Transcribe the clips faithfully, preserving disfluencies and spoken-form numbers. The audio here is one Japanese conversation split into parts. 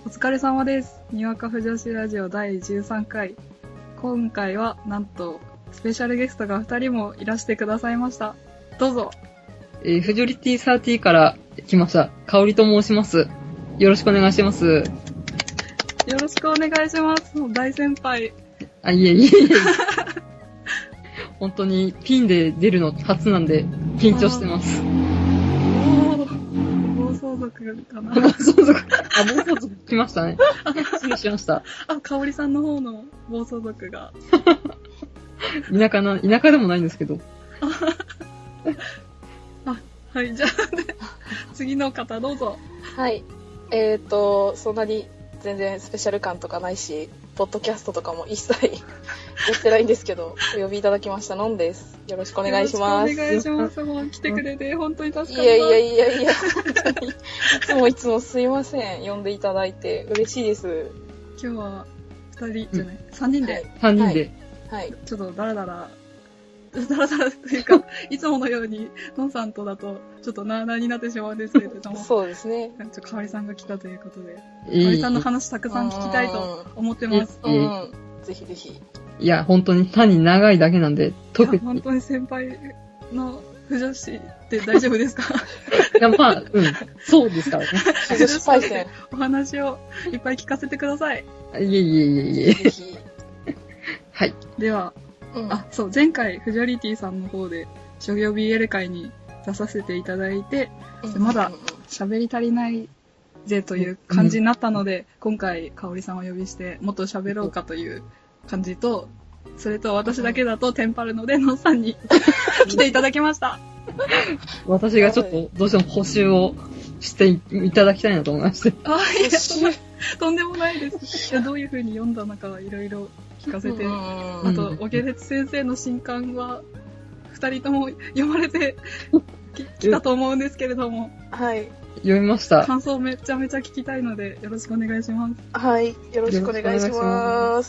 お疲れ様です。にわかふ女子ラジオだいじゅうさんかい。今回はなんとスペシャルゲストがふたりもいらしてくださいました。どうぞ。 えー、フジョリティサーティから来ました。かおりと申します。よろしくお願いします。よろしくお願いします。大先輩。 あ、いえいえいえ。本当にピンで出るの初なんで緊張してます。 暴走族かな。 暴走族。あ、暴走族来ましたね。失礼しました。 あ、かおりさんの方の暴走族が。 田舎な、田舎でもないんですけど。 あ、はい、じゃあ、ね、次の方どうぞ。 はい。えっと、そんなに全然スペシャル感とかないし、ポッドキャストとかも一切やってないんですけど、お呼びいただきましたのんです。よろしくお願いします。 よろしくお願いします。もう来てくれて本当に助かります。 いやいやいやいや、本当にいつもいつもすいません。呼んでいただいて嬉しいです。 今日はふたりじゃない、うん、さんにんで、はい、 さんにんで、 はい、 ちょっとダラダラダラダラというかいつものようにのんさんとだとちょっとなーなーになってしまうんですけれども、 そうですね。 ちょっとかおりさんが来たということで、かおりさんの話たくさん聞きたいと思ってます。 うん、ぜひぜひ。 いや本当に単に長いだけなんで、 特に本当に先輩の不女子って大丈夫ですか？ いやまあうんそうですからね。 不女子パイセン。 お話をいっぱい聞かせてください。 いえいえいえいえ。ぜひ。はい。 では。うん、あ、そう、前回、フジョリティさんの方で、諸行 ビーエル 会に出させていただいて、でまだ喋り足りないぜという感じになったので、うん、今回、かおりさんをお呼びして、もっと喋ろうかという感じと、それと私だけだとテンパるので、のんさんに来ていただきました。 私がちょっと、どうしても補習をしていただきたいなと思いまして。 あ、いや、そんな、とんでもないです。いや、どういう風に読んだのかはいろいろ聞かせて、あと、おげれつ先生の新刊は、二人とも読まれてきたと思うんですけれども。 はい。 読みました。 感想めちゃめちゃ聞きたいので、よろしくお願いします。 はい。よろしくお願いします。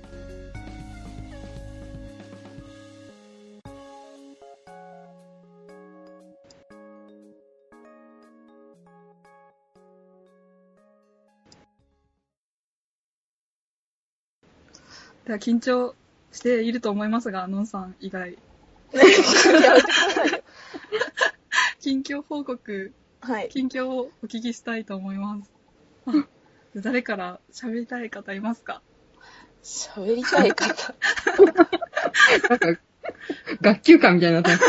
では緊張していると思いますが、のんさん以外。 やめてくださいよ。 近況報告、 はい、 近況をお聞きしたいと思います。あ、誰から喋りたい方いますか？ 喋りたい方なんか、学級会みたいになってます。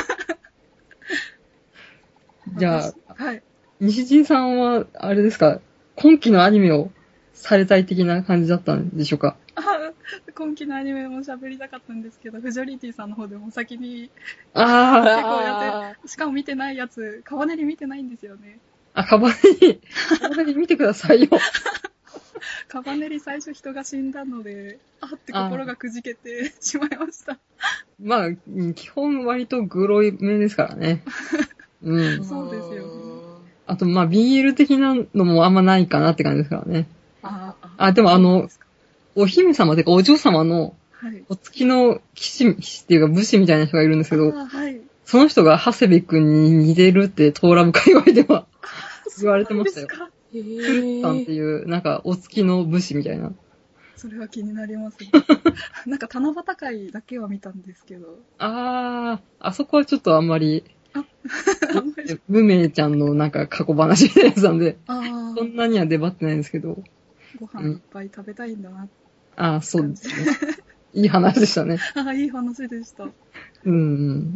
じゃあ、 はい、 西陣さんは、あれですか、今期のアニメをされたい的な感じだったんでしょうか？ 今期のアニメも喋りたかったんですけど、フジョリティさんの方でも先にあ結構やって、しかも見てないやつ、カバネリ見てないんですよね。 あ、カバネリ、カバネリ見てくださいよ。 カバネリ最初人が死んだので、あって心がくじけてしまいました。 まあ、基本割とグロい目ですからね。うん。 そうですよね。 あと、まあ、ビーエル 的なのもあんまないかなって感じですからね。 ああ、でもあの、お姫様というかお嬢様の、お月の騎士、騎士っていうか武士みたいな人がいるんですけど、 はい、 その人が長谷部くんに似てるってトーラブ界隈では言われてましたよ。クルッタンっていう、なんかお月の武士みたいな。 それは気になりますね。なんか七夕会だけは見たんですけど。 あー、あそこはちょっとあんまり、 あ無名ちゃんのなんか過去話みたいなやつなんで、 あそんなには出張ってないんですけど。 ご飯いっぱい食べたいんだなって。 ああ、そうですね。いい話でしたね。 ああ、いい話でした。 うん。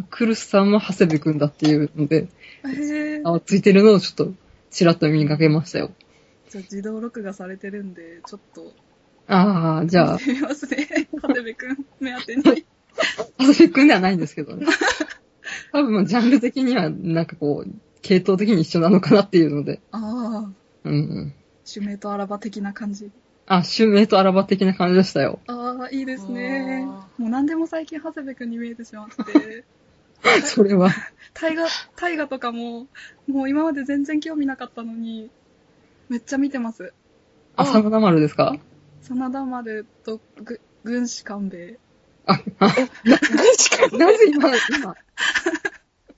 クルスさんも長谷部くんだっていうので、 へあついてるのをちょっと、ちらっと見かけましたよ。 じゃあ自動録画されてるんで、ちょっと。 ああ、じゃあ。 見てみますね。長谷部くん、目当てに。 長谷部くんではないんですけどね。多分、ジャンル的には、なんかこう、系統的に一緒なのかなっていうので。 ああ。 うんうん。 シュメイとアラバ的な感じ。 あ、シュメイとアラバ的な感じでしたよ。 ああ、いいですね。もう何でも最近、長谷部くんに見えてしまって。 それは。 大河、大河とかも、もう今まで全然興味なかったのに、めっちゃ見てます。 あ、真田丸ですか？ 真田丸とぐ軍師官兵衛。 あ、あ、軍師官兵衛。なぜ今、今。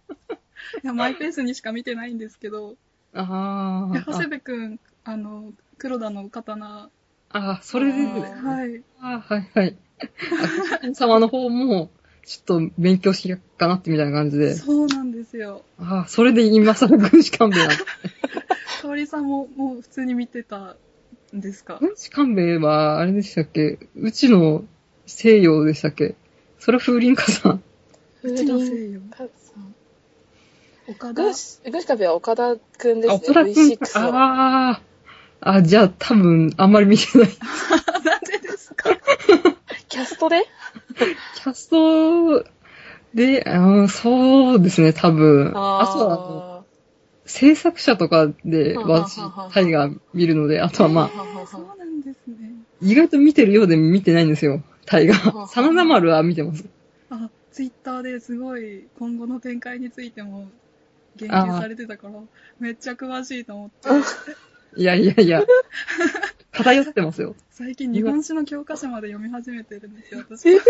いや、マイペースにしか見てないんですけど。 ああ。 長谷部くん、あの、 黒田の刀。 あ、それで、 はい。 あ、はいはい。あ、様の方も、ちょっと勉強しようかなってみたいな感じで。 そうなんですよ。 あ、それで今更軍師官兵衛なんです。 かおりさんももう普通に見てたんですか？ 軍師官兵衛は、あれでしたっけ、うちの西洋でしたっけ、それ風林火山。 うちの西洋。岡田。 軍師官兵衛は岡田くんですね。 あ、岡田くん。ブイシックス ああ。あ、じゃあ多分、あんまり見てない。 なんでですか？ キャストでキャストで、うん、そうですね、多分。ああとは、あの、制作者とかで私、タイガー見るので、あとはまあ、 そうなんですね。 意外と見てるようで見てないんですよ、タイガー。真田丸は見てます。 あ、ツイッターですごい今後の展開についても言及されてたから、めっちゃ詳しいと思って。 いやいやいや、偏ってますよ。 最近日本史の教科書まで読み始めてるんですよ、私。 えー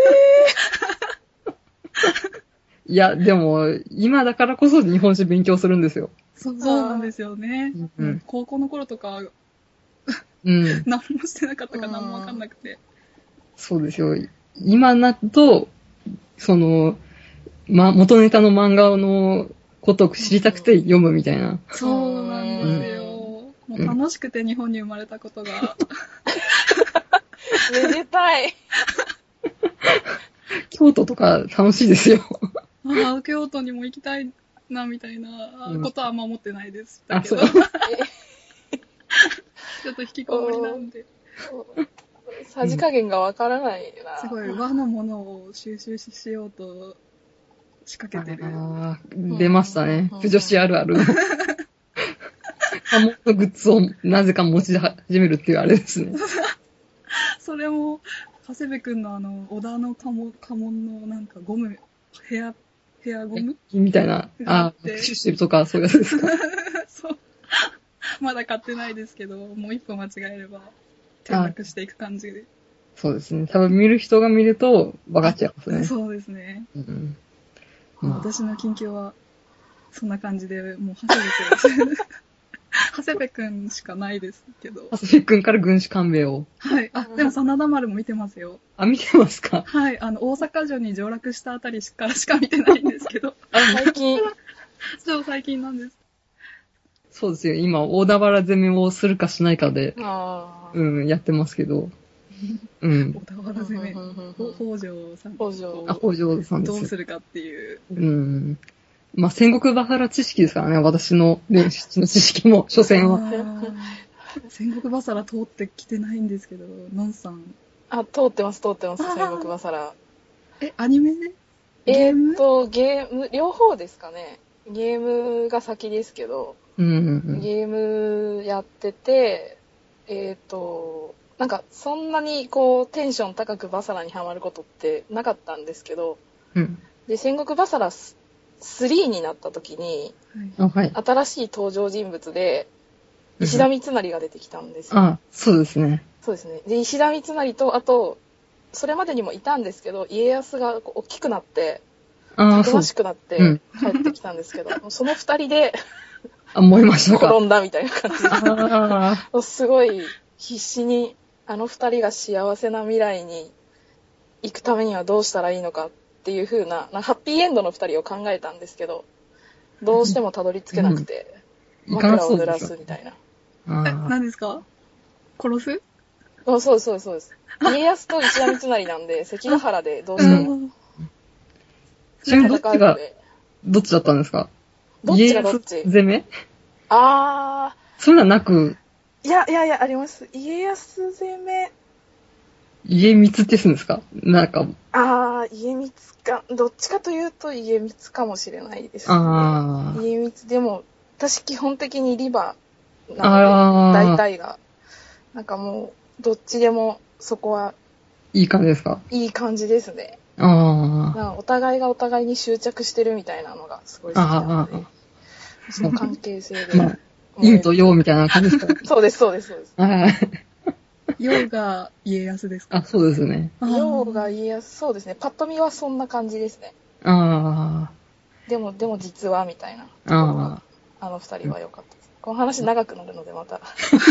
いや、でも、今だからこそ日本史勉強するんですよ。 そう、そうなんですよね。 うん、 高校の頃とか、 うん、 何もしてなかったか何もわかんなくて。 そうですよ。今なと、その、ま、元ネタの漫画のことを知りたくて読むみたいな。 そうなんですよ。もう楽しくて日本に生まれたことが。 めでたい。 京都とか楽しいですよ。 ああ、京都にも行きたいな、みたいなことはあんま思ってないです。 うん、あ、そう。 ちょっと引きこもりなんで。 さじ加減がわからないな。 すごい和のものを収集しようと仕掛けてる。 あー、出ましたね。不女子あるある。家紋のグッズをなぜか持ち始めるっていうあれですね。 それも、長谷部くんのあの、小田の家紋、家紋のなんかゴム、ヘア、ヘアゴムみたいな。あ、シュッシュルとかそういうやつですか。 そう。まだ買ってないですけど、もう一歩間違えれば転落していく感じで。 そうですね。多分見る人が見ると分かっちゃいますね。 そうですね。 うんまあ、私の近況はそんな感じで、もう長谷部くん。長谷部くんしかないですけど。 長谷部くんから軍師官兵衛を。 はい。あ、でも真田丸も見てますよ。 あ、見てますか？ はい。あの、大阪城に上洛したあたりからしか見てないんですけど。 あ、最近。 そう、最近なんです。 そうですよ。今、大田原攻めをするかしないかで、 あうん、やってますけど。うん。 大田原攻め。北条さん。 北条。 あ、北条さんです。 どうするかっていう。 うん。まあ、戦国バサラ知識ですからね、私の練習の知識も、所詮は。 戦国バサラ通ってきてないんですけど、のんさん。 あ、通ってます、通ってます、戦国バサラ。 え、アニメで？ えーっと、ゲーム、両方ですかね。ゲームが先ですけど、 うんうんうん、 ゲームやってて、えーっと、なんか、そんなにこう、テンション高くバサラにハマることってなかったんですけど、 うん、 で、戦国バサラスリーになった時に、 はい、 新しい登場人物で、石田三成が出てきたんですよ。 あ、そうですね。 そうですね。で、石田三成と、あと、それまでにもいたんですけど、家康が大きくなって、たくましくなって帰ってきたんですけど、うん、その二人であ、燃えましたか。 転んだみたいな感じで。あすごい必死に、あの二人が幸せな未来に行くためにはどうしたらいいのかっていう風な、なハッピーエンドの二人を考えたんですけど、どうしてもたどり着けなくて、うん、枕を濡らすみたいな。 え、何ですか？殺す？ あ、そうです、そうです、そうです。家康と石田三成なんで、関ヶ原でどうしても。 ちなみにどっちが、どっちだったんですか？ どっちがどっち？ 攻め？ あー。 そういうのはなく。 いやいやいや、あります。家康攻め。 家光ってするんですか？なんか。 あー、家光か。どっちかというと家光かもしれないです、ね。 あー。 家光でも、私基本的にリバなので、大体が。なんかもう、どっちでもそこは。 いい感じですか？ いい感じですね。 ああ。 なんかお互いがお互いに執着してるみたいなのがすごい好きなので。その関係性で。 まあ、陰と陽みたいな感じですか？ そうです、そうです、そうです。 はい。 陽が家康ですか？ あ、そうですね。 陽が家康、そうですね。パッと見はそんな感じですね。 ああ。 でも、でも実はみたいな。 ああ。 あの二人は良かったです。この話長くなるのでまた。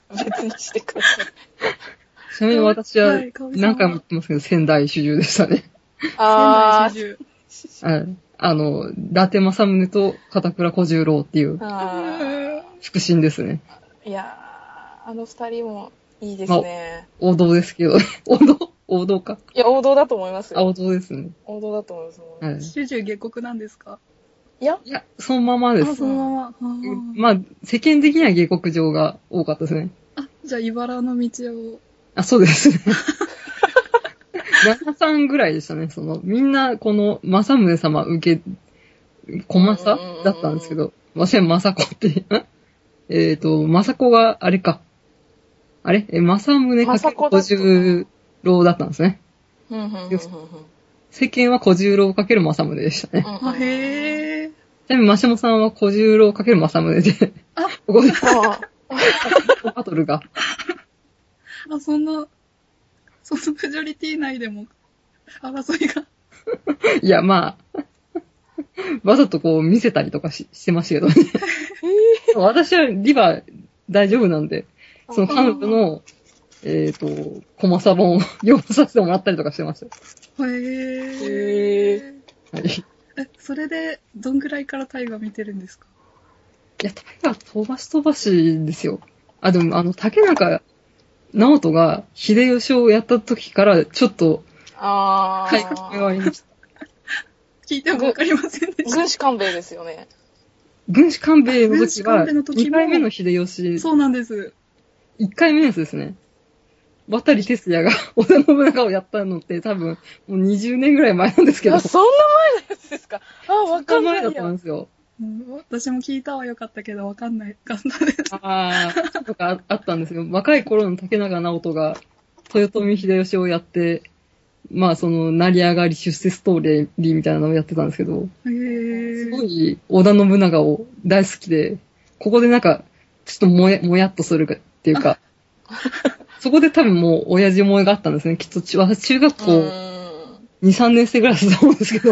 別にしてください。 ちなみに私ははい香織さんは何回も言ってますけど、仙台主従でしたね。 あ仙台主従。 はい。あの、伊達政宗と片倉小十郎っていうーあ腹心ですね。 ー。いやー、あの二人もいいですね。 王道ですけど、王道王道か。 いや、王道だと思いますあ、 よ。 王道ですね。 王道だと思います。 はい。 主従下国なんですか？ いや、 いや、そのままであ、 す。 そのまま。あーまあ、世間的には下克上が多かったですね。 あ、じゃあ、茨の道を。 あ、そうですね。ななさんぐらいでしたね。その、みんな、この、政宗様受け、小政だったんですけど、ません、政子って、んえっと、政子が、あれか。あれえ、政宗かける小十郎だったんですね。 うん、うん、うん、うん。 世間は小十郎かける政宗でしたね。 あ、へー。 ちなみに、マシモさんは小十郎かける政宗で、 あ、 ここで、 あバトルが。 あ、そんな、そのフジョリティ内でも争いが。 いや、まあ、わざとこう見せたりとか し, してましたけどね。私はリバ大丈夫なんで、その彼女の、えっ、と、コマサ本を読まさせてもらったりとかしてましたよ。 へへー。 はい。 え、それで、どんぐらいからタイガ見てるんですか？ いや、タイガ飛ばし飛ばしですよ。あ、でも、あの、竹中直人が秀吉をやった時から、ちょっと、 あタイガがありました。 聞いてもわかりませんでー。 し軍師官兵衛ですよね。 軍師官兵衛の軍師官時は、 兵衛の時もにかいめの秀吉た。、そうなんです。 いっかいめのやつですね。渡哲也が織田信長をやったのって多分、もうにじゅうねんぐらい前なんですけど。 あ、そんな前のやつですか？あ、わかんない前だったんよ。 ですよ。 うん、私も聞いたはよかったけど、わかんないかったです。 ああ、とかあったんですよ。若い頃の竹中直人が、豊臣秀吉をやって、まあその、成り上がり出世ストーリーみたいなのをやってたんですけど、 へー。 すごい織田信長を大好きで、ここでなんか、ちょっともや、もやっとするかっていうか、そこで多分もう親父思いがあったんですね。きっとち、私中学う校ーん。 に、さんねん生ぐらいだと思うんですけど。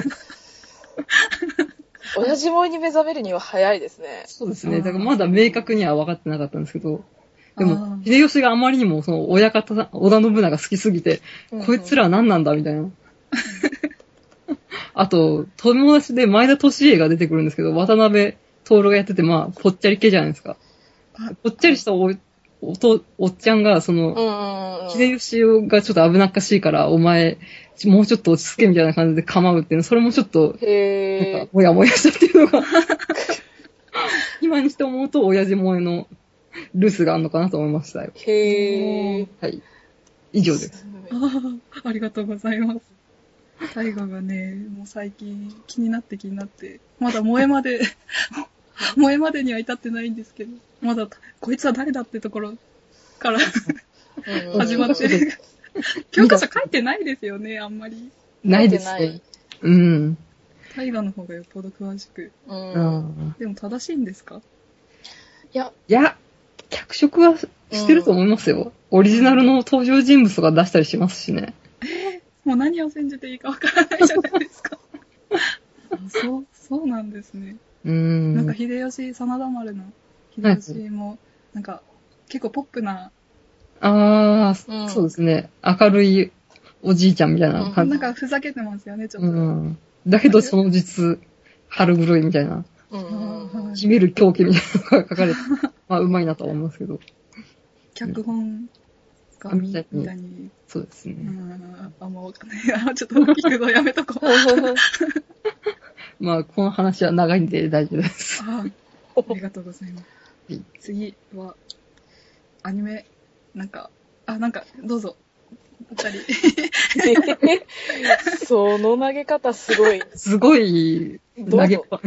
親父萌えに目覚めるには早いですね。 そうですね。だからまだ明確には分かってなかったんですけど、であも、 ー秀吉があまりにもその親方さん、織田信長好きすぎて、 うんうんこいつらは何なんだみたいな。あと、友達で前田利家が出てくるんですけど、渡辺徹がやってて、まあ、ぽっちゃり系じゃないですか。ぽっちゃりしたお、おと、おっちゃんが、その、 うんうんうん。 秀吉がちょっと危なっかしいから、お前、もうちょっと落ち着けみたいな感じで構うっていうの、それもちょっと、 へーなんか、。もやもやしたっていうのが、今にして思うと、親父萌えのルースがあるのかなと思いましたよ。 へー。 はい。以上です。 あーありがとうございます。大河がね、もう最近気になって気になって、まだ萌えまで、萌えまでには至ってないんですけど、まだ、こいつは誰だってところからうんうん始まってる。教科書書いてないですよね、あんまり。 ないです書いてね。うん。 大河の方がよっぽど詳しく。 う。 うんん。 でも正しいんですか？ いや、 いや、脚色はしてると思いますよ。オリジナルの登場人物とか出したりしますしね。 もう何を信じていいかわからないじゃないですか。あそう、そうなんですね。 うーん。 なんか秀吉、真田丸の秀吉も、なんか結構ポップな、 ああ、 うんそうですね。明るいおじいちゃんみたいな感じ。 なんかふざけてますよね、ちょっうと。 ん。だけどその実、春黒いみたいな、 うんうんうん。 秘める狂気みたいなのが書かれて、まあうまいなとは思いますけど。 脚本がみあみたいにみたいに。うそうですね。 ん、あんまわかんない。あちょっと聞くのやめとこう。 まあこの話は長いんで大丈夫です。 あありがとうございます。 はい次は、アニメ、なんか、あ、なんか、どうぞ。あったり。 その投げ方すごい。 すごい投げっぱ。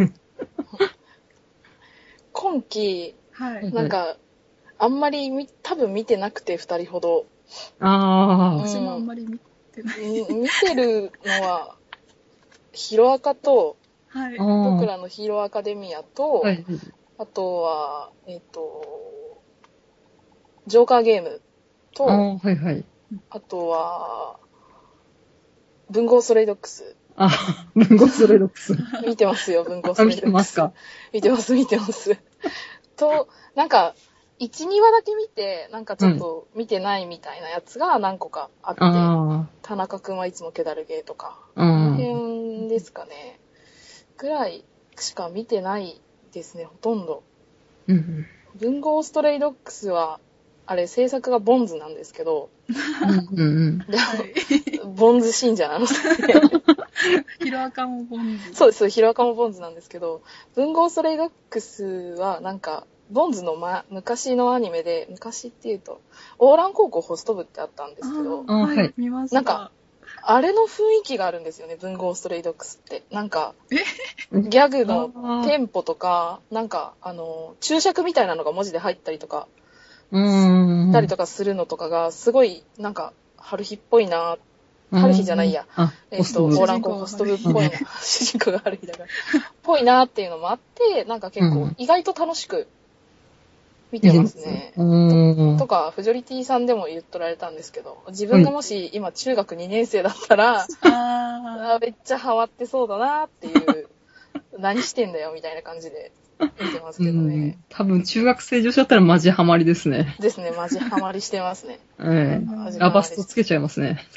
今期、 はい。 なんか、あんまりみ多分見てなくて、二人ほど。 ああ、 私もあんまり見てない。 み見てるのは、ヒロアカと、 はい。 あー僕らのヒーローアカデミアと、 はい。 あとは、えっ、と、ジョーカーゲームと、 ああ、はいはい。 あとは、文豪ストレイドックス。 あ、文豪ストレイドックス。 見てますよ、文豪スあ、見トレイドックス。 てますか？ 見てます、見てます。と、なんか、 いち、にわだけ見て、なんかちょっと見てないみたいなやつが何個かあって、 あ田中くんはいつもケダルゲーとか、 あ。うこのん。 辺ですかね。ぐらいしか見てないですね、ほとんど。 うん。 文豪ストレイドッグスは、あれ制作がボンズなんですけど、 うんうんではい。 ボンズ信者なので、 ヒロアカもボンズ。 そうです、ヒロアカもボンズなんですけど、文豪ストレイドッグスはなんか、ボンズの、ま、昔のアニメで、昔っていうと、オーラン高校ホスト部ってあったんですけど、 あーは、 はいい見ました。 なんか、あれの雰囲気があるんですよね、文豪ストレイドッグスって。なんか、 うん。 ギャグのあーテンポとか、なんか、あの、注釈みたいなのが文字で入ったりとか、 うん。 たりとかするのとかが、すごい、なんか、春日っぽいな、春日じゃないや。 あ、 えっと、 ホスト部オーランコホスト部っぽいな、主人公が春日だから、ぽいなっていうのもあって、なんか結構うん、 意外と楽しく見てますね。 うん。 とか、フジョリティさんでも言っとられたんですけど、自分がもし今中学にねん生だったら、 ああーめっちゃハマってそうだなっていう、何してんだよみたいな感じで見てますけどうねん。多分中学生女子だったらマジハマりですね。 ですね、マジハマりしてますね。 ええ。 マジハマりラバストつけちゃいますね。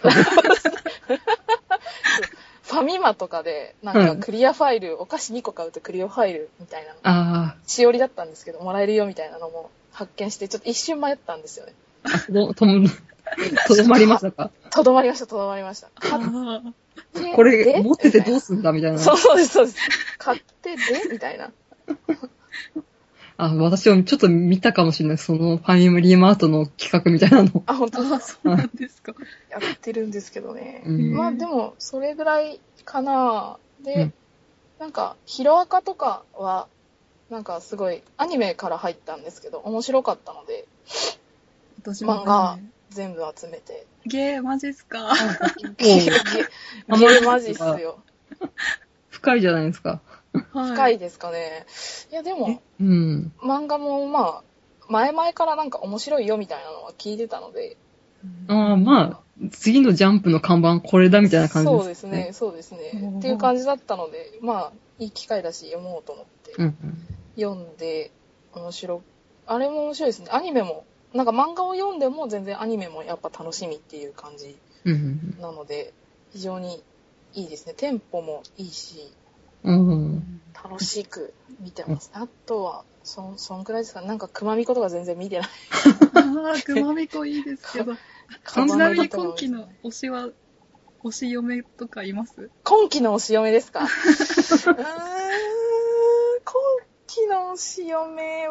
ファミマとかで、なんかクリアファイル、お菓子にこ買うとクリアファイルみたいなの、 あしおりだったんですけど、もらえるよみたいなのも発見して、ちょっと一瞬迷ったんですよね。 あ。と、とも、とどまりましたか？ とどまりました、とどまりました。 あ。 買っあてこれ、 で持っててどうすんだみたいな。 そうそうです、そうです。買ってでみたいな。 あ、私はちょっと見たかもしれない。そのファミリーマートの企画みたいなの。 あ、本当あ、そうなんですか。 やってるんですけどね。 うんまあでも、それぐらいかな。で、 うんなんか、ヒロアカとかは、なんかすごい、アニメから入ったんですけど、面白かったので、 私も、 漫画全部集めて。 ゲーマジっすか。 ゲー、ゲー、ゲーマジっすよ。 深いじゃないですか。 深いですかね。いや、でも、 うん。 漫画もまあ、前々からなんか面白いよみたいなのは聞いてたので、 ああ、まあ、次のジャンプの看板これだみたいな感じですね。 そうですね、そうですね。 うんっていう感じだったので、まあ、いい機会だし読もうと思ってうん読んで、面白、あれも面白いですね。アニメも、なんか漫画を読んでも全然アニメもやっぱ楽しみっていう感じうん。うんなので、非常にいいですね。テンポもいいし、 うん。うん。 楽しく見てます。あとは、そん、そんくらいですかね。なんか、熊みことか全然見てない。 ああ、くまみこいいですけど。ちなみに今期の推しは、推し嫁とかいます？ 今期の推し嫁ですかうーん、今期の推し嫁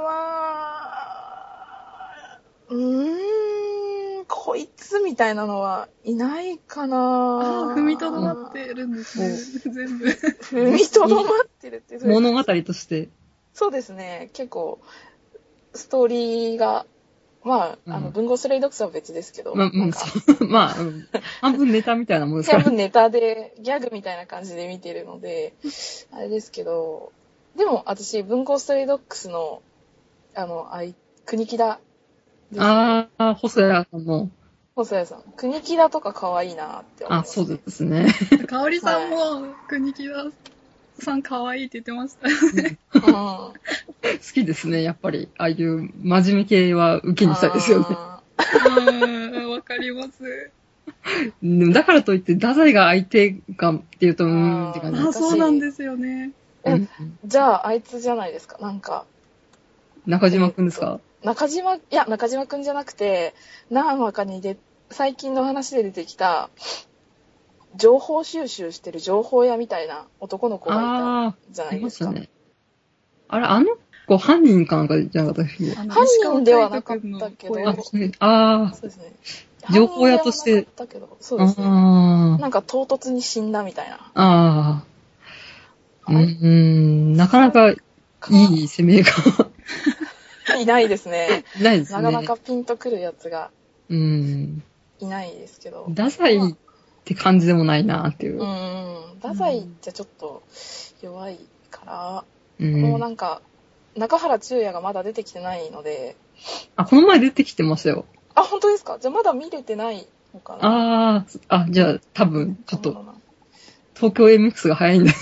は、うーん、こいつみたいなのはいないかな。 ああ、踏みとどまってるんですね。全部。 踏みとどまってるって。 物語として。 そうですね。結構、ストーリーが、まあ、あの、 うん文豪スレイドックスは別ですけど、 まあ、うんなんか、 まあ、うん半分ネタみたいなもんですから。 全部ネタで、ギャグみたいな感じで見てるので、あれですけど、でも私、文豪ストレイドックスの、あの、あい、国木田ですね。 ああ、細谷さんの。 細谷さん。国木田とか可愛いなって思いあ、 ます、 そうですね。 かおりさんも、国木田さん可愛いって言ってましたよね。 うん。 好きですね、やっぱり。ああいう真面目系は受けにしたいですよね。 あうん、わかります。 でもだからといって、太宰が相手かっていうと、うーんって感じああ、 難しいそうなんですよね。 ーうんじゃあ、あいつじゃないですか。なんか、 中島くんですか？ 中島、いや、中島くんじゃなくて、何話かにで、最近の話で出てきた、情報収集してる情報屋みたいな男の子がいああたじゃなー、いいですか。 ましたね。あれ、あの子犯人かなんかじゃなかったっけ？ あの犯人ではなかったけど石川海人君の声あ、それあそうですね。 情報屋として犯人ではなかったけどそうあ、 ですね。 ああ、 なんか唐突に死んだみたいな。 ああ、うあれん、なかなかいい攻めがいないですね。 ないですね。 なかなかピンとくるやつがうん。 いないですけど。 太宰って感じでもないなっていうう。 ん。太宰じゃちょっと弱いから、 うんもうなんか、中原中也がまだ出てきてないので、 あ、この前出てきてましたよ。 あ、本当ですか？じゃあまだ見れてないのかな？ ああ、あ、じゃあ多分、ちょっと、 なんだろうな東京 エムエックス が早いんだよ。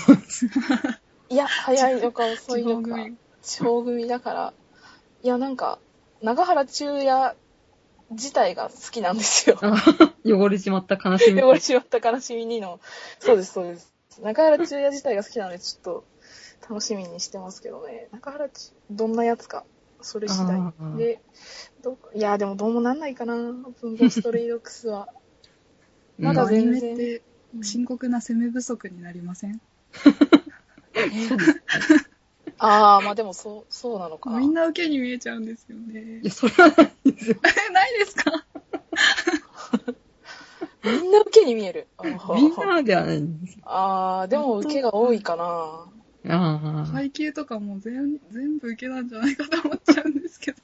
いや、早いのか遅いのか地方組。 地方組だから。いや、なんか、 長原中也自体が好きなんですよ。 汚れちまった悲しみ。 汚れちまった悲しみにの。そうです、そうです。中原中也自体が好きなので、ちょっと楽しみにしてますけどね。中原中、どんなやつか。それ次第。で、どいや、でもどうもなんないかな。文豪ストレイドックスは。まだ全然。 アニメって深刻な攻め不足になりません？ ああ、まあでもそう、そうなのかな。 みんな受けに見えちゃうんですよね。 いや、それはないですよ。 ないですか？ みんな受けに見える。 みんなではないんです。 ああ、でも受けが多いかな。 ああ。 配給とかも全全部受けなんじゃないかと思っちゃうんですけど。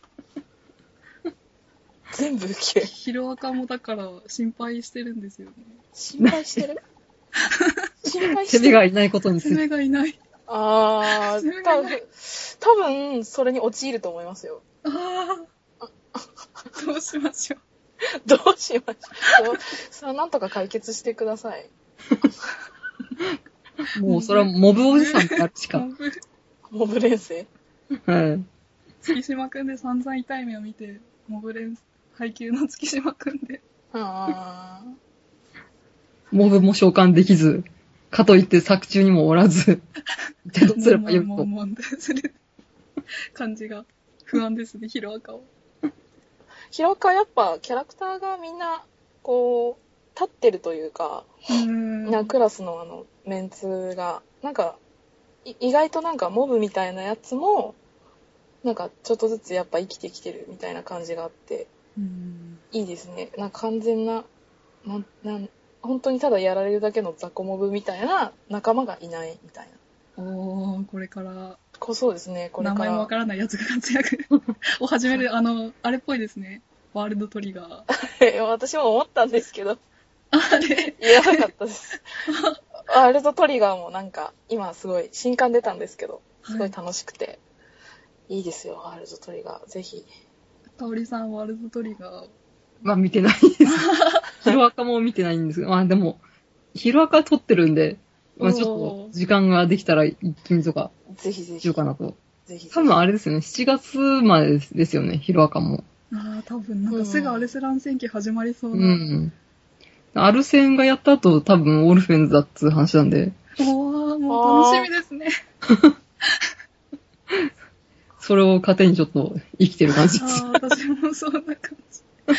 全部受け。 ヒロアカもだから心配してるんですよね。 心配してる心配してる。 攻めがいないことについて。 攻めがいない。 ああ、多分、多分、それに陥ると思いますよ。 ああ。どうしましょう。 どうしましょう。それはなんとか解決してください。 もう、それはモブおじさんってあるしか。 モブ。 モブ連生。 はい。 月島くんで散々痛い目を見て、モブ連、配給の月島くんで。 ああ。 モブも召喚できず、かといって作中にもおらず、一体どうすればよいと。 もんもんもんする感じが不安ですね、ヒロアカを。 ヒロアカはやっぱキャラクターがみんな、こう、立ってるというか、 うーんなクラスのあの、メンツが、なんか、意外となんかモブみたいなやつも、なんかちょっとずつやっぱ生きてきてるみたいな感じがあって、 うーんいいですね。なんか完全な、なんなん本当にただやられるだけの雑魚モブみたいな仲間がいないみたいな。 おー、これからこそうですね、これから。 名前もわからないやつが活躍を始める、あの、あれっぽいですね。ワールドトリガー。 私も思ったんですけど、 あれ言わなかったです。ワールドトリガーもなんか、今すごい新刊出たんですけど、すごい楽しくて、いいですよ、ワールドトリガー。ぜひ。 かおりさん、ワールドトリガー。 まあ見てないです。ヒロアカも見てないんですけど、まあでも、ヒロアカ撮ってるんで、まあちょっと時間ができたら一気見とかぜひぜひ。 しようかなと。 ぜひぜひ。 多分あれですよね、しちがつまでですよね、ヒロアカも。 ああ、多分なんかすぐアルセラン戦記始まりそううな。 ん。アルセンがやった後、多分オールフェンズだっつう話なんで。 おー、もう楽しみですね。 それを糧にちょっと生きてる感じです。 ああ、私もそんな感じ。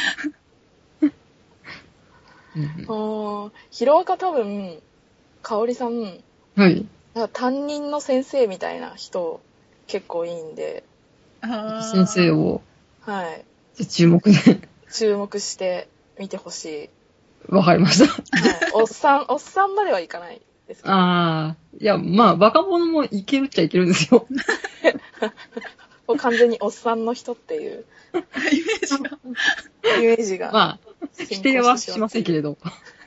うんああ、ヒロアカ多分、かおりさん、 はい。 なんか担任の先生みたいな人結構いいんで、 あー先生をはい。 注目で。 注目して見てほしい。 わかりました。 はい。おっさん、おっさんまではいかないですけど。 ああ、いや、まあ、若者もいけるっちゃいけるんですよ。 もう完全におっさんの人っていうイメージが。 イメージが。 まあ、否定はしませんけれど。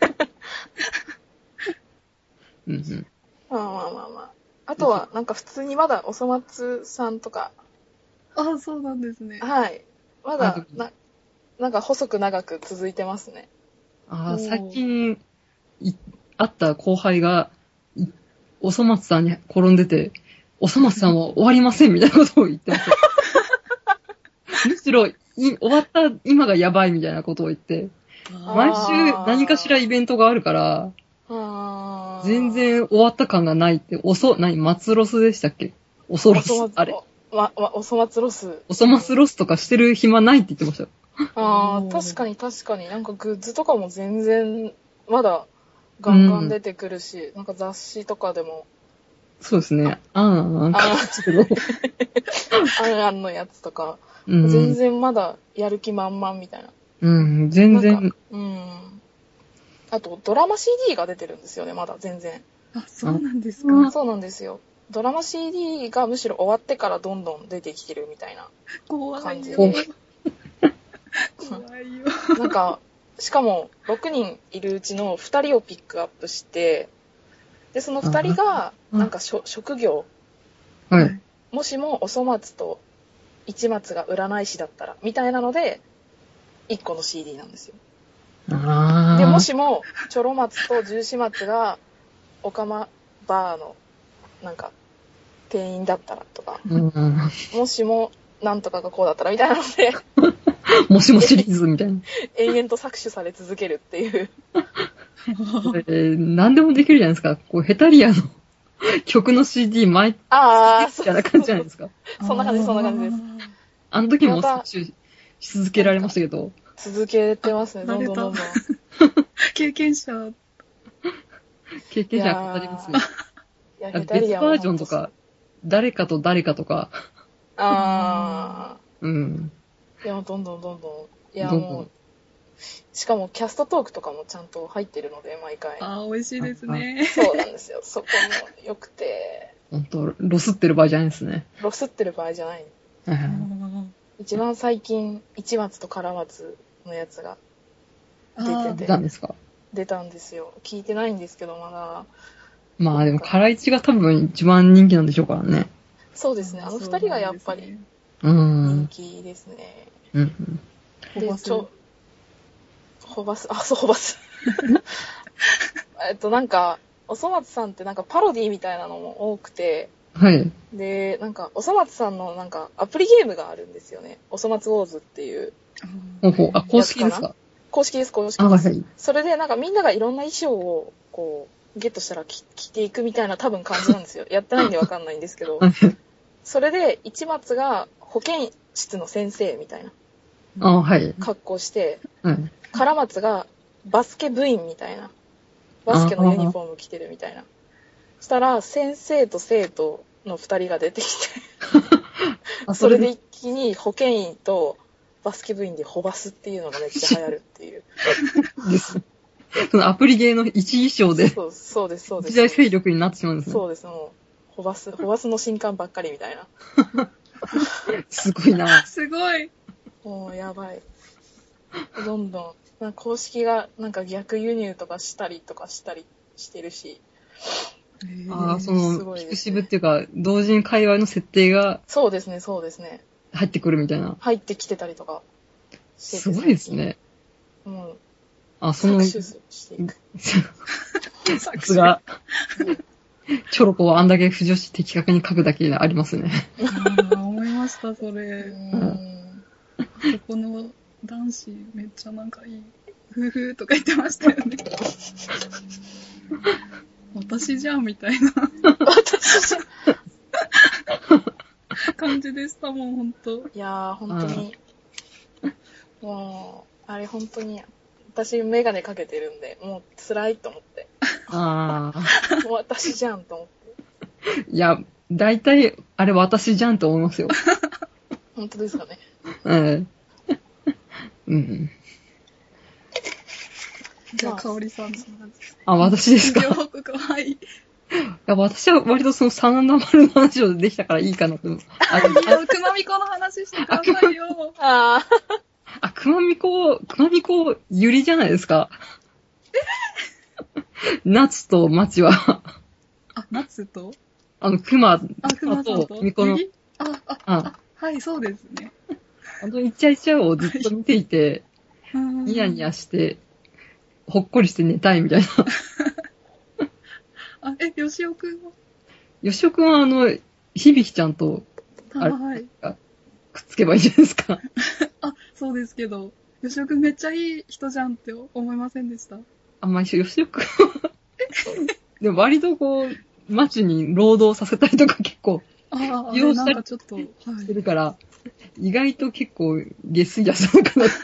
うんうん。 まあまあまあまあ。あとは、なんか普通にまだおそ松さんとか、 ああ、そうなんですね。 はい。まだあ、 な、なんか細く長く続いてますね。 ああ、 おー最近、い、会った後輩が、いおそ松さんに転んでて、おそ松さんは終わりませんみたいなことを言ってました。むしろい、終わった今がやばいみたいなことを言って、 あ毎週何かしらイベントがあるから、 あー全然終わった感がないって、おそ、何、松ロスでしたっけおそロスおそ。松あれわ、わ、おそ松ロス。 おそ松ロスとかしてる暇ないって言ってました。 ああ、 おー確かに確かに。なんかグッズとかも全然、まだガンガン出てくるし、なんか雑誌とかでも、 そうですね。ああ、なんか、 あですけど。 あんあんのやつとか、 うん、 全然まだやる気満々みたいな。 うん、全なん然か、うん。あと、ドラマ シーディー が出てるんですよね、まだ全然。 あ、そうなんですか。 うんそうなんですよ。ドラマ シーディー がむしろ終わってからどんどん出てきてるみたいな。 怖いよ。 感じで怖いよ。 なんか、しかもろくにんいるうちのふたりをピックアップして、で、そのふたりが、 うんなんかしょ職業、 はい。 もしもおそ松と市松が占い師だったら、みたいなので、いっこの シーディー なんですよ。 ああ。 で、もしも、ちょろ松と十四松が、オカマバーの、なんか、店員だったらとか、 うん、 もしも、 なんとかがこうだったらみたいなので、 もしもシリーズみたいな。 延々と搾取され続けるっていう。 えー、何でもできるじゃないですか。こう、ヘタリアの曲の シーディー 毎ああ、 みたいな感じじゃないですか。 そんな感じ、そんな感じです。 あの時も搾取し続けられましたけど。 続けてますね、どんどんどんどん。 経験者。 経験者語りますね。 いや、 別ヘタリアバージョンとか、誰かと誰かとか。 ああ。 うん。 いや、どんどんどんどん。いや、 どんどんもう、しかもキャストトークとかもちゃんと入ってるので、毎回。 ああ、美味しいですね。 そうなんですよ。そこも良くて。 ほんと、ロスってる場合じゃないですね。 ロスってる場合じゃない。 はいはい。 一番最近、市松と唐松のやつが出てて。 出たんですか？ 出たんですよ。聞いてないんですけど、まだ。 まあでも、カライチが多分一番人気なんでしょうからね。 そうですね。あの二人がやっぱりうん。 人気ですね。 うん。 で、ちょ、ほばす、あ、そう、ほばす。えっと、なんか、おそ松さんってなんかパロディみたいなのも多くて、 はい。 で、なんか、おそ松さんのなんかアプリゲームがあるんですよね。おそ松ウォーズっていう。 ほうほう。あ、公式ですか？ 公式です、公式あ、 です。 はい。 それでなんかみんながいろんな衣装をこう、ゲットしたら着着ていくみたいな多分感じなんですよ。やってないんでわかんないんですけど。それで、市松が保健室の先生みたいなあ、はい。 格好して、 はい。 唐松がバスケ部員みたいな。バスケのユニフォーム着てるみたいな。そしたら、先生と生徒の二人が出てきて、それで一気に保健員とバスケ部員でホバスっていうのがめっちゃ流行るっていう。 です。そのアプリゲーの一衣装で、 そう、そうです、そうです。 時代勢力になってしまうんですね。 そうです、もう、ホバス、ホバスの新刊ばっかりみたいな。 すごいな。 すごい。 もうやばい。どんどん、なんか公式がなんか逆輸入とかしたりとかしたりしてるし。 ああ、その、 すごいですねピクシブっていうか、同人界隈の設定がそうですね、そうですね。 入ってくるみたいな。 入ってきてたりとかしてて。 すごいですね。 もう、 あ、その、 搾取していく。 さすが、チョロコをあんだけ不女子的確に書くだけでありますね。 ああ、思いました、それ。 うんここの男子めっちゃ仲いい。ふふとか言ってましたよね。私じゃんみたいな私じゃん。 感じでしたもん、ほんと。 いやー、ほんとに。もう、あれほんとに、私メガネかけてるんで、もう辛いと思って。 ああ。 もう私じゃんと思って。 いや、大体、あれ私じゃんと思いますよ。 本当ですかね。 うん。うん。 じゃあ、かおりさんの。 あ、私ですか。 業報告はい。 いや、私は割とその真田丸の話をできたからいいかなと思う。あ、 いいよ、くまみこの話してくださいよ。 ああ、くまみこ、くまみこ、ゆりじゃないですか。夏とまちは。 あ、夏とあの、くま、 あ、くまとみこの、 あ、あ、 ああ、はい、そうですね。 あの、イチャイチャをずっと見ていて、ニヤニヤして、ほっこりして寝たいみたいな。 あ、え、よしおくんはよしおくんはあの、ひびきちゃんと、あれ、 はい。 くっつけばいいじゃないですか。 あ、そうですけど、よしおくんめっちゃいい人じゃんって思いませんでした？ あんまりよしおくんは、でも割とこう、街に労働させたりとか結構、 ああ、 利用したりなんかちょっと、はい。 してるから、意外と結構下水やそうかなって。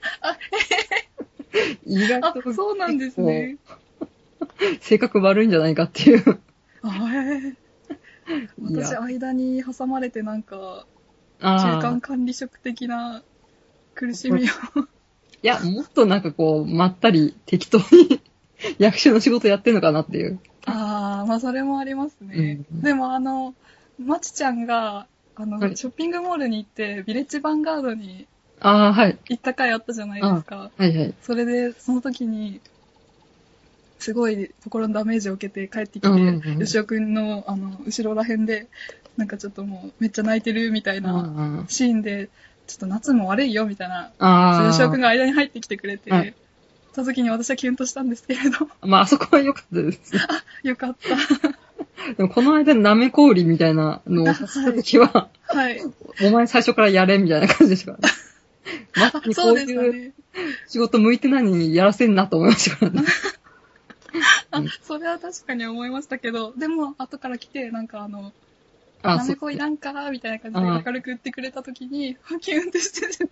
意外あ、 と、 そうなんですね。 性格悪いんじゃないかっていう。 あえー、私、間に挟まれてなんか、中間管理職的な苦しみを。 いや、もっとなんかこう、まったり適当に役所の仕事やってんのかなっていう。 ああ、まあそれもありますね。 うん、 でもあの、まちちゃんが、あの、はい、ショッピングモールに行って、ビレッジヴァンガードにああ、はい。 行った回あったじゃないですか。 はいはい。 それで、その時に、すごい心のダメージを受けて帰ってきて、うんうんうん、よしおくんの、あの、後ろら辺で、なんかちょっともう、めっちゃ泣いてるみたいなシーンで、ちょっと夏も悪いよみたいな、よしおくんが間に入ってきてくれて、はい、た時に私はキュンとしたんですけれど。 まあ、あそこは良かったです。 あ、良かった。 でもこの間、なめこ売りみたいなのをさせたときは、 はい。 お前最初からやれみたいな感じでしたからね。まさにこういう仕事向いてないのにやらせんなと思いましたからね。 あ、それは確かに思いましたけど、でも後から来て、なんかあの、 あ、 なめこいらんかーみたいな感じで明るく言ってくれたときに、キュンってしてる。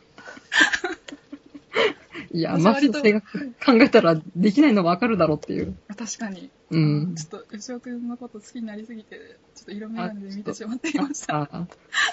いや、まず性格考えたらできないの分かるだろうっていう。 確かに。 うん。 ちょっと、吉尾くんのこと好きになりすぎて、ちょっと色眼鏡で見てしまっていました。 あ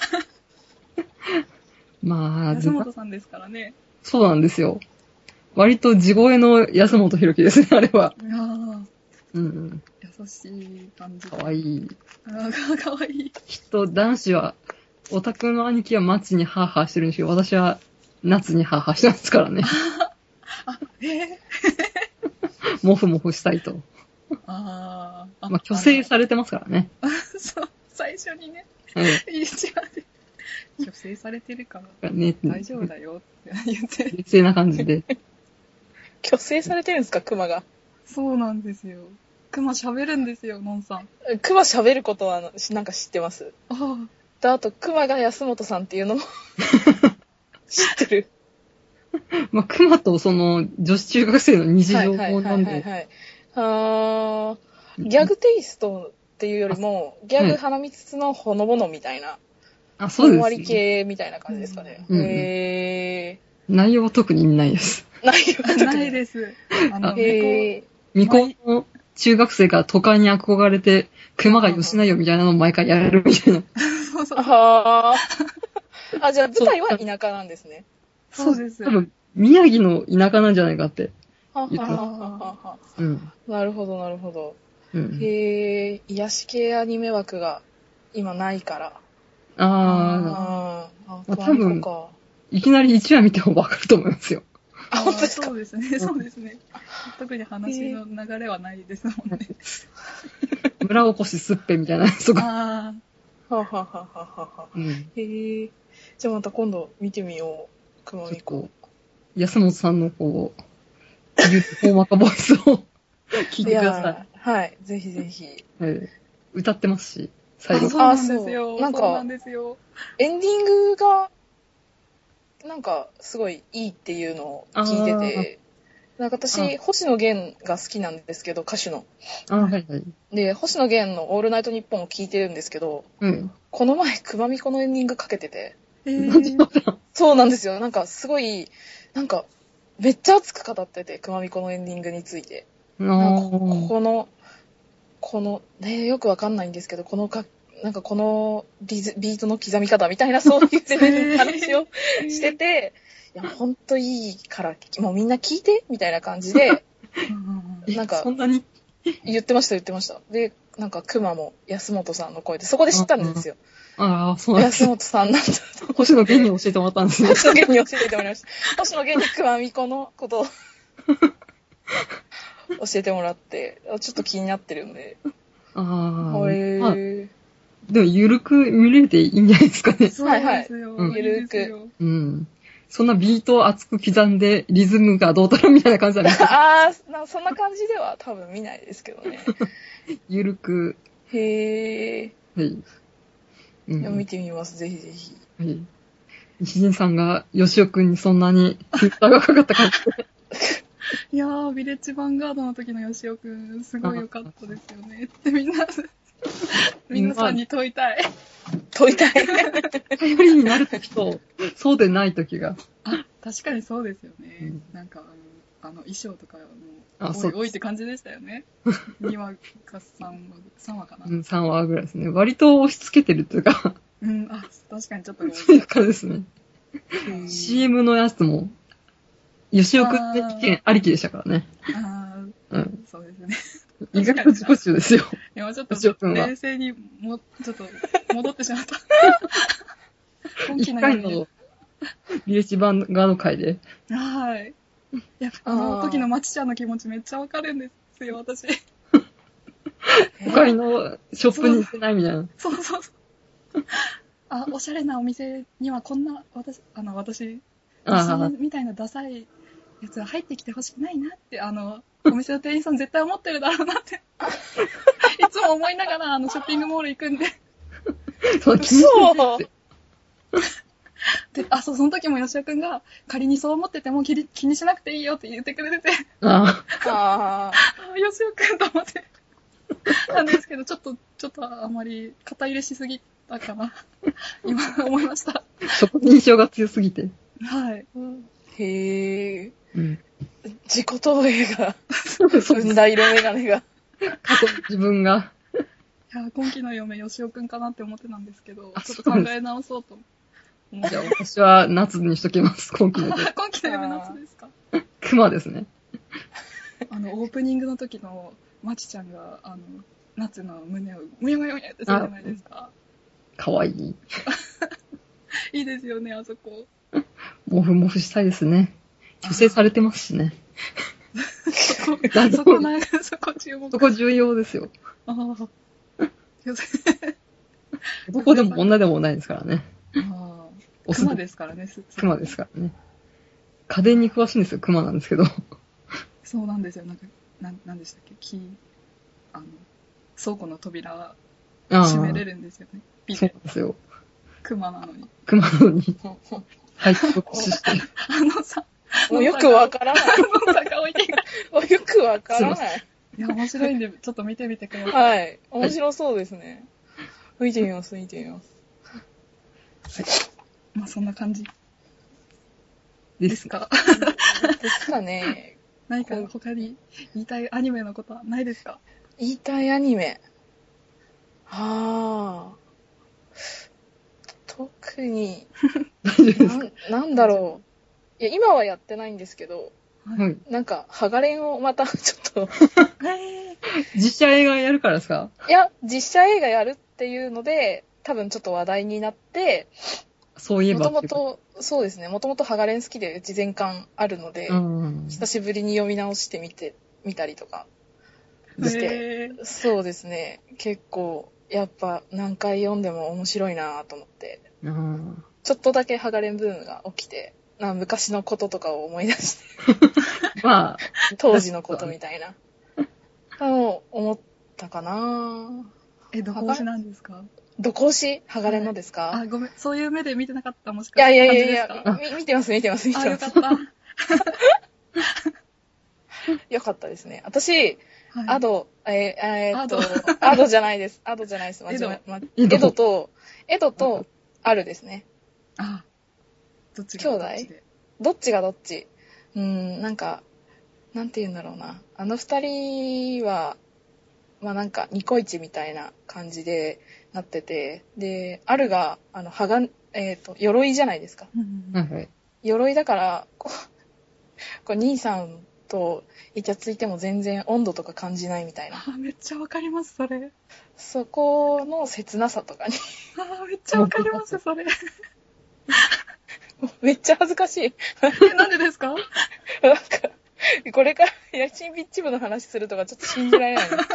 まあ、 安本さんですからね。 そうなんですよ。割と地声の安本博樹ですね、あれは。 いやー。 うん。 優しい感じ。 かわいい。 あー、かわいい。 きっと男子は、オタクの兄貴は松にハーハーしてるんですけど、私は夏にハーハーしてますからね。 あ、えー、 もふもふしたいと。 ああ。 まあ、虚勢されてますからね。 そう、最初にね。 はい。 一番で。虚勢されてるから、 ね、 大丈夫だよって言って。 冷静な感じで。 虚勢されてるんですか、熊が。 そうなんですよ。熊喋るんですよ、のんさん。 熊喋ることはなんか知ってます。 ああ。 で、あと、熊が安本さんっていうのも知ってる。 まあ、熊とその女子中学生の日常をなんで。はいはいはい、はい。あー、ギャグテイストっていうよりも、ギャグ花見つつのほのぼのみたいな。 あ、そうです、ね。 割り系みたいな感じですかね。うん、へー。内容は特に意味ないです。 内容は特にないです。あの、 へー。 未婚の中学生が都会に憧れて、熊がよしないよみたいなのを毎回やれるみたいな。 そうそう。 ああ。じゃあ舞台は田舎なんですね。 そうです。 多分、宮城の田舎なんじゃないかって言ってます。 ははははうん。 なるほど、なるほど。 うん、 へえ、癒し系アニメ枠が今ないから。 あああ、 まあ、多分か、 いきなりいちわ見てもわかると思いますよ。 あ、本当ですか？ そうですね、そうですね。特に話の流れはないですもんね。 村おこしすっぺみたいな、そこ。 ああ。はははははは。うん、へえ。じゃあまた今度見てみよう。熊みこ。 安本さんのこう、ゆほんわかボイスを聞いてください。 はい。ぜひぜひ。 はい。歌ってますし、最後。 そうなんですよ。 なんか、 そうなんですよ。 エンディングが、なんか、すごいいいっていうのを聞いてて、なんか私、星野源が好きなんですけど、歌手の。 あ、はいはい。 で、星野源のオールナイトニッポンを聞いてるんですけど、 うん、 この前、くまみこのエンディングかけてて、 えー、 そうなんですよ。なんか、すごい、なんか、めっちゃ熱く語ってて、くまみこのエンディングについて。なんかこの、この、ね、よくわかんないんですけど、このか、なんかこのビズビートの刻み方みたいな、そういうレベルの話をしてて、いや、ほんといいから、もうみんな聞いてみたいな感じで、なんか、 そんなに言ってました、言ってました。で、なんか、熊も安本さんの声で、そこで知ったんですよ。 ああ、そうなんです。 安本さんなんだと。 星野源に教えてもらったんですね。 星野源に教えてもらいました。星野源に熊みこのことを教えてもらって、ちょっと気になってるんで。 ああ。 へー。 でも、ゆるく見れていいんじゃないですかね。 そうですよ。 うん、 ゆるく。 うん。そんなビートを熱く刻んで、リズムがどうたらみたいな感じなんですか？ ああ、そんな感じでは多分見ないですけどね。 ゆるく。 へえ。 はい。 うん、いや見てみます、ぜひぜひ。 はい。石人さんが、吉尾くんにそんなに、フィルターがかかった感じで。 いやー、ビレッジヴァンガードの時の吉尾くん、すごい良かったですよね。ってみんな、皆さんに問いたい。 問いたい。 頼りになる時と、そうでない時が。 あ、確かにそうですよね。うん、なんか、あの、衣装とかも、あおいおいって感じでしたよね。にわかさんわ、さんわかな。 うん、さんわぐらいですね。割と押し付けてるというか。 うん、あ、確かにちょっと。 そういう感じですね。シーエム のやつも、吉尾くんの意見ありきでしたからね。 ああ、うん。そうですね。 意外と自己中ですよ。 いや、ちょっと冷静にも、ちょっと戻ってしまった。 一回のビレッジヴァンガード会で。 はい。いや、あの時のまちちゃんの気持ちめっちゃわかるんですよ、私。 他のショップに行ってないみたいな。 そうそうそう。あ、おしゃれなお店にはこんな、私、あの、私、私みたいなダサいやつは入ってきてほしくないなって、あの、お店の店員さん絶対思ってるだろうなって、いつも思いながら、あの、ショッピングモール行くんで。 そう、気にしてって。 で、あ、そう、その時も吉尾くんが、仮にそう思ってても気に気にしなくていいよって言ってくれてて。 ああ。ああ。 吉尾くんと思って。なんですけど、ちょっと、ちょっとあまり肩入れしすぎたかな。今思いました。 そこ印象が強すぎて。 はい。 へえ。 うん。 自己投影が、踏んだ色眼鏡が。 過去の自分が。 いや、今期の嫁、吉尾くんかなって思ってたんですけど、ちょっと考え直そうと思って。 じゃあ私は夏にしときます、今期の嫁。 今期の嫁夏ですか？ 熊ですね。 あの、オープニングの時の、まちちゃんが、あの、夏の胸をむやむやむやってするじゃないですか。 かわいい。 いいですよね、あそこ。 もふもふしたいですね。女性されてますしね。 そこ、そこなんか、そこ注目。 そこ重要ですよ。 ああ。 男でも女でもないですからね。 ああ。熊ですからね。 熊ですからね。家電に詳しいんですよ、熊なんですけど。 そうなんですよ。なんか、なん、なんでしたっけ、木、あの、倉庫の扉、閉めれるんですよね。 そうですよ。 熊なのに。 熊なのに。はい、酷使して。 あのさ、 もうよくわからない。 あの坂置いてが。 もうよくわからない。 いや、面白いんで、ちょっと見てみてください。 はい。面白そうですね。見てみます、見てみます。 はい。まあ、そんな感じ。 ですか。 ですかね。 何か他に言いたいアニメのことはないですか？ 言いたいアニメ。はあ。特にな、なんだろう。いや、今はやってないんですけど、 はい、 なんか、ハガレンをまたちょっと実写映画やるからですか？ いや、実写映画やるっていうので、多分ちょっと話題になって、 そういえば。 もともと、そうですね、もともとハガレン好きでうち全巻あるので、 うん、 久しぶりに読み直してみて、みたりとかして、そうですね、結構、やっぱ何回読んでも面白いなと思って、 うん、 ちょっとだけハガレンブームが起きて、な昔のこととかを思い出して、 まあ、 当時のことみたいな、と思ったかな。 え、どこ推しなんですか？ どこ推し？ハガレンのですか？ はい、あ、ごめん、そういう目で見てなかった、もしかして。 いやいやいやいや、み見てます、見てます、見てます。 あ、よかった。 よかったですね。私、はい、アド、えー、えー、っと、 アド、 アドじゃないです。アドじゃないです。 エド、 ま、エドと、エドと、アルですね。 あ、どっちがどっちで。どっちがどっち？うーん、なんか、なんて言うんだろうな。あの二人は、まあなんか、ニコイチみたいな感じでなってて、で、アルが、あの、はが、えっと、鎧じゃないですか。 うんうん、 鎧だから、こう、こう兄さんとイチャついても全然温度とか感じないみたいな。 あ、めっちゃわかります、それ。 そこの切なさとかに。 あ、めっちゃわかります、それ。 めっちゃ恥ずかしい。 え、なんでですか？なんか、 これから家賃ビッチ部の話するとかちょっと信じられない、ね。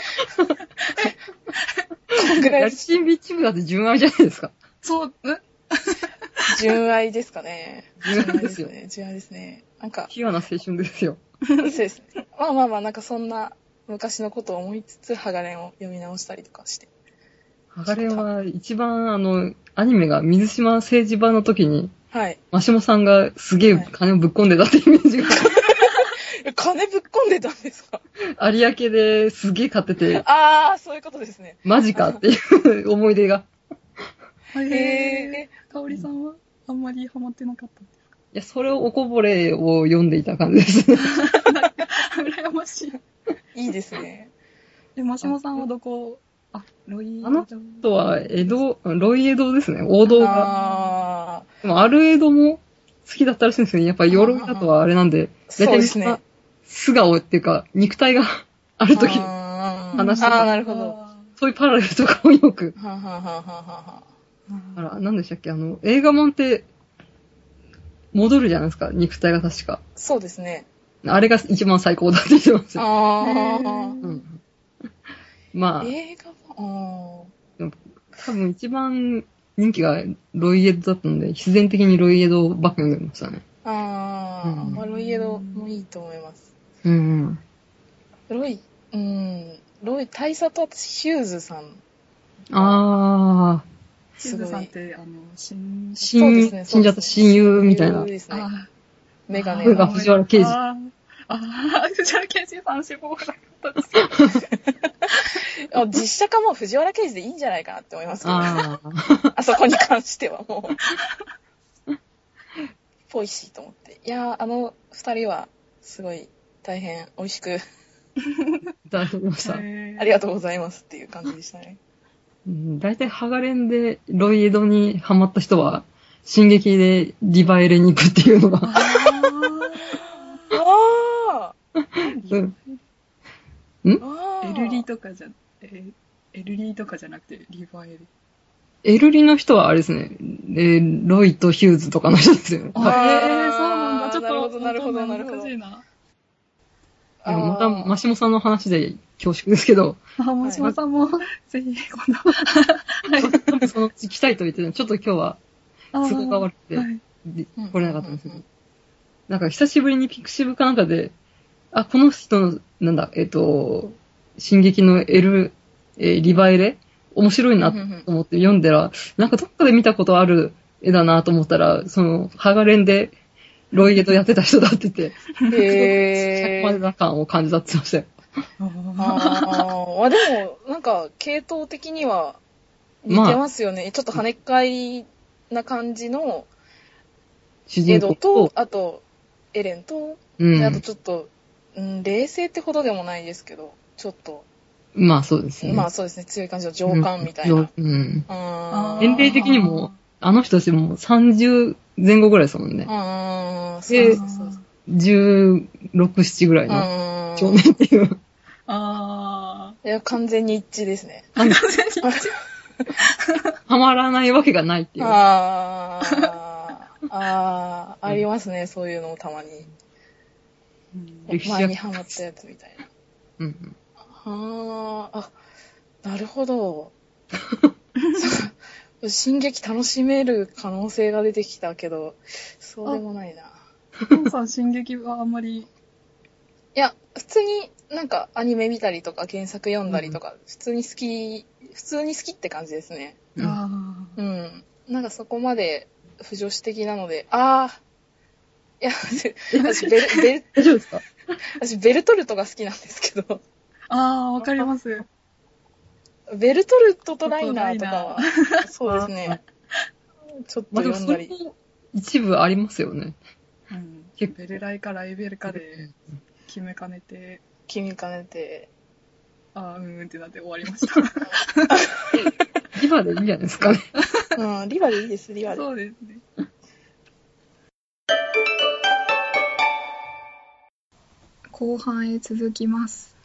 家賃ビッチ部だって純愛じゃないですか。 そう、ん純愛ですかね。 純愛ですよね。 純愛ですね。なんか。 ピュアな青春ですよ。 そうですね。まあまあまあ、なんかそんな昔のことを思いつつ、ハガレンを読み直したりとかして。 ハガレンは一番あの、アニメが水島政治版の時に、 はい。 マシモさんがすげえ金をぶっ込んでたってイメージが。 金ぶっ込んでたんですか？ 有明ですげえ買ってて。 ああ、そういうことですね。 マジかっていう思い出が。 へえ。かおりさんはあんまりハマってなかったんですか？ いや、それをおこぼれを読んでいた感じですね。 羨ましい。 いいですね。 で、マシモさんはどこ？あ、ロイエド。 あの人は江戸、ロイエドですね。王道が。あでも、ある江戸も好きだったらしいんですよね。やっぱり鎧だとはあれなんで、 だいたいみんな素顔っていうか、肉体があるとき話してああ、なるほど。 そういうパラレルとかもよく。 はははははあら、何でしたっけあの、映画もんって、戻るじゃないですか、肉体が確か。 そうですね。 あれが一番最高だって言ってますよ。 ああ、 うん。まあ。 映画も、 でも多分一番人気がロイエドだったので、必然的にロイエドばっか読んでましたね。 あー、 うんまあ、ロイエドもいいと思います。 うん。 ロイ、うん、ロイ、大佐とヒューズさん。 あー。 ヒューズさんって、あの、新、 新、死んじゃった親友みたいな。 ですね。 あメガネこれがの。 藤原刑事。 ああ、藤原刑事さん死亡がなかったですよ。 実写化も藤原刑事でいいんじゃないかなって思いますけど。 ああそこに関してはもう。ぽいしと思って。いやー、あの二人は、すごい、大変美味しく。 いただきました。 ありがとうございますっていう感じでしたね。 だいたいハガレンでロイエドにハマった人は、進撃でリバエレに行くっていうのが。 ああうん。 エルリとかじゃ、えー、エルリとかじゃなくてリバエレ。 エルリの人はあれですね、えー、ロイとヒューズとかの人ですよね。 あ、えー、そうなんだ。ちょっと、 なるほど、なるほど。 難しいな。 でもまた、マシモさんの話で恐縮ですけど。 あ、マシモさんも、ぜひ、今度。 はい。そのうち来たいと言って、ちょっと今日は、都合が悪くて、はい、来れなかったんですけど。なんか久しぶりにピクシブかなんかで、あ、この人の、なんだ、えっと、進撃のエル、えー、リバエレ面白いなと思って読んだら、なんかどっかで見たことある絵だなと思ったら、その、ハガレンで、ロイエドやってた人だってて、へぇー。ひゃくまで感を感じたって言ってましたよ。 ああ、でも、なんか、系統的には似てますよね。まあ、ちょっと跳ねっかいな感じの、エドと、あと、エレンと、うん、あとちょっと、うん、冷静ってほどでもないですけど、ちょっと。 まあそうですね。 まあそうですね、強い感じの情感みたいな。うん。 うん。年齢的にも、あの人たちもさんじゅうぜん後ぐらいですもんね。 ああ、 そうそうそう。じゅうろく、ななぐらいの少年っていう。 ああ。いや、完全に一致ですね。 完全に一致。 はまらないわけがないっていう。 ああ、ああ、ありますね、そういうのもたまに。前にハマったやつみたいな。 うんうん。 はあ、あ、なるほど。進撃楽しめる可能性が出てきたけど、そうでもないな。 トンさん、進撃はあんまり。 いや、普通になんかアニメ見たりとか原作読んだりとか、うん、普通に好き、普通に好きって感じですね。 うん。 うん。なんかそこまで不女子的なので、ああ、いや、私ベル、ベル、 大丈夫ですか？ 私ベルトルトが好きなんですけど。 ああ、わかります。 ベルトルトとライナーとかは、そうですね。ちょっと読んだり。 まあ、一部ありますよね。 うん。ベルライかライベルかで決めかねて。 決めかねて。 ああ、うんうんってなって終わりました。 リバでいいんじゃないですかね。 うん、リバでいいです、リバで。 そうですね。後半へ続きます。